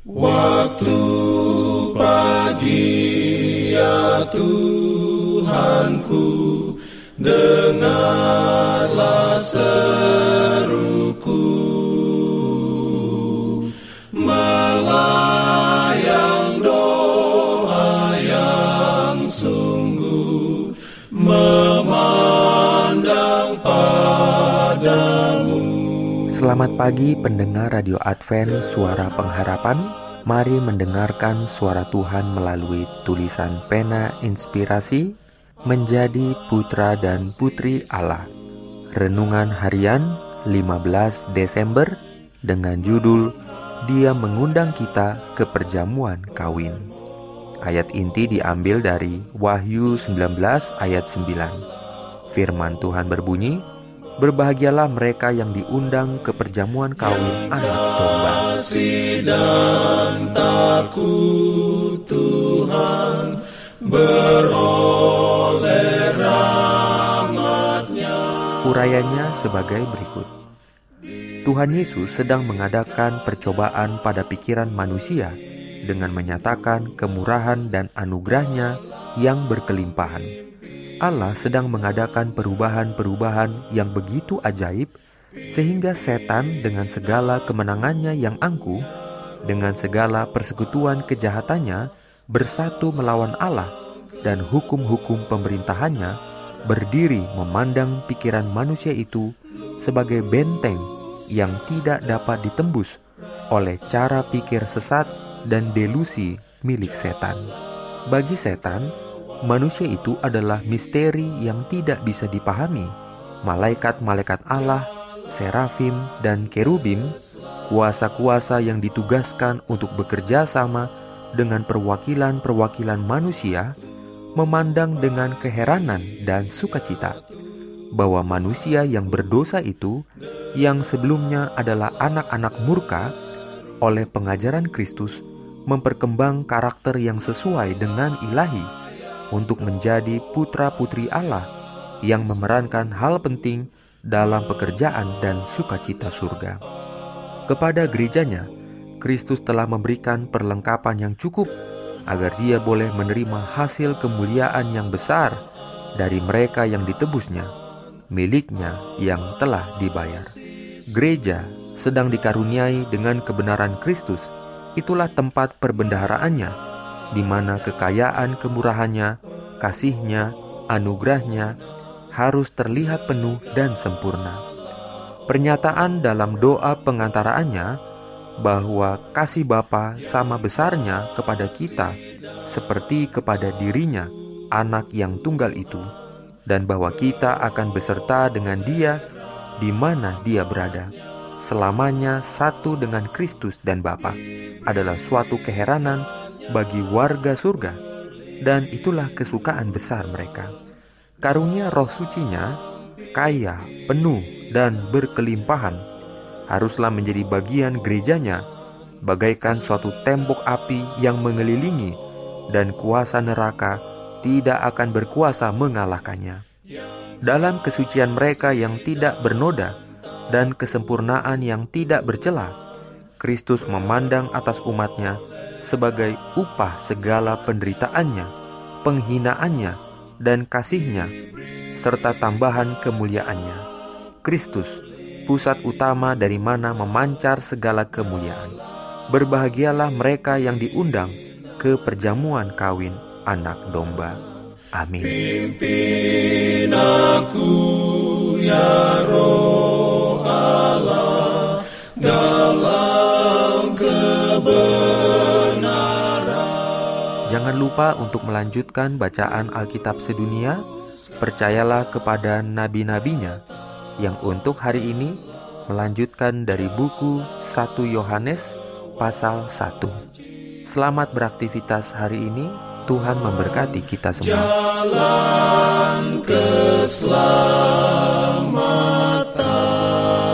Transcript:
Waktu pagi ya Tuhanku, dengarlah seruku, melayang doa yang sungguh, memandang padamu. Selamat pagi pendengar Radio Advent Suara Pengharapan. Mari mendengarkan suara Tuhan melalui tulisan pena inspirasi menjadi putra dan putri Allah. Renungan harian 15 Desember dengan judul Dia Mengundang Kita ke Perjamuan Kawin. Ayat inti diambil dari Wahyu 19 ayat 9. Firman Tuhan berbunyi, berbahagialah mereka yang diundang ke perjamuan kawin anak domba. Dan takut Tuhan beroleh rahmat-Nya. Urayanya sebagai berikut. Tuhan Yesus sedang mengadakan percobaan pada pikiran manusia dengan menyatakan kemurahan dan anugerah-Nya yang berkelimpahan. Allah sedang mengadakan perubahan-perubahan yang begitu ajaib, sehingga setan dengan segala kemenangannya yang angkuh, dengan segala persekutuan kejahatannya, bersatu melawan Allah, dan hukum-hukum pemerintahannya berdiri memandang pikiran manusia itu sebagai benteng yang tidak dapat ditembus oleh cara pikir sesat dan delusi milik setan. Bagi setan, manusia itu adalah misteri yang tidak bisa dipahami. Malaikat-malaikat Allah, serafim dan kerubim, kuasa-kuasa yang ditugaskan untuk bekerja sama dengan perwakilan-perwakilan manusia, memandang dengan keheranan dan sukacita bahwa manusia yang berdosa itu, yang sebelumnya adalah anak-anak murka, oleh pengajaran Kristus memperkembang karakter yang sesuai dengan ilahi, untuk menjadi putra-putri Allah yang memerankan hal penting dalam pekerjaan dan sukacita surga. Kepada gerejanya, Kristus telah memberikan perlengkapan yang cukup agar dia boleh menerima hasil kemuliaan yang besar dari mereka yang ditebusnya, miliknya yang telah dibayar. Gereja sedang dikaruniai dengan kebenaran Kristus. Itulah tempat perbendaharaannya, di mana kekayaan kemurahannya, kasihnya, anugerahnya harus terlihat penuh dan sempurna. Pernyataan dalam doa pengantaraannya bahwa kasih Bapa sama besarnya kepada kita seperti kepada dirinya, anak yang tunggal itu, dan bahwa kita akan beserta dengan Dia di mana Dia berada, selamanya satu dengan Kristus dan Bapa, adalah suatu keheranan bagi warga surga, dan itulah kesukaan besar mereka. Karunia Roh Suci-Nya, kaya, penuh, dan berkelimpahan, haruslah menjadi bagian gerejanya, bagaikan suatu tembok api yang mengelilingi, dan kuasa neraka tidak akan berkuasa mengalahkannya. Dalam kesucian mereka yang tidak bernoda, dan kesempurnaan yang tidak bercela, Kristus memandang atas umat-Nya sebagai upah segala penderitaannya, penghinaannya, dan kasih-Nya, serta tambahan kemuliaannya. Kristus, pusat utama dari mana memancar segala kemuliaan. Berbahagialah mereka yang diundang ke perjamuan kawin anak domba. Amin. Pimpin aku ya Roh Allah dalam kebenaran. Jangan lupa untuk melanjutkan bacaan Alkitab sedunia. Percayalah kepada nabi-nabinya yang untuk hari ini melanjutkan dari buku 1 Yohanes pasal 1. Selamat beraktivitas hari ini. Tuhan memberkati kita semua. Jalan keselamatan.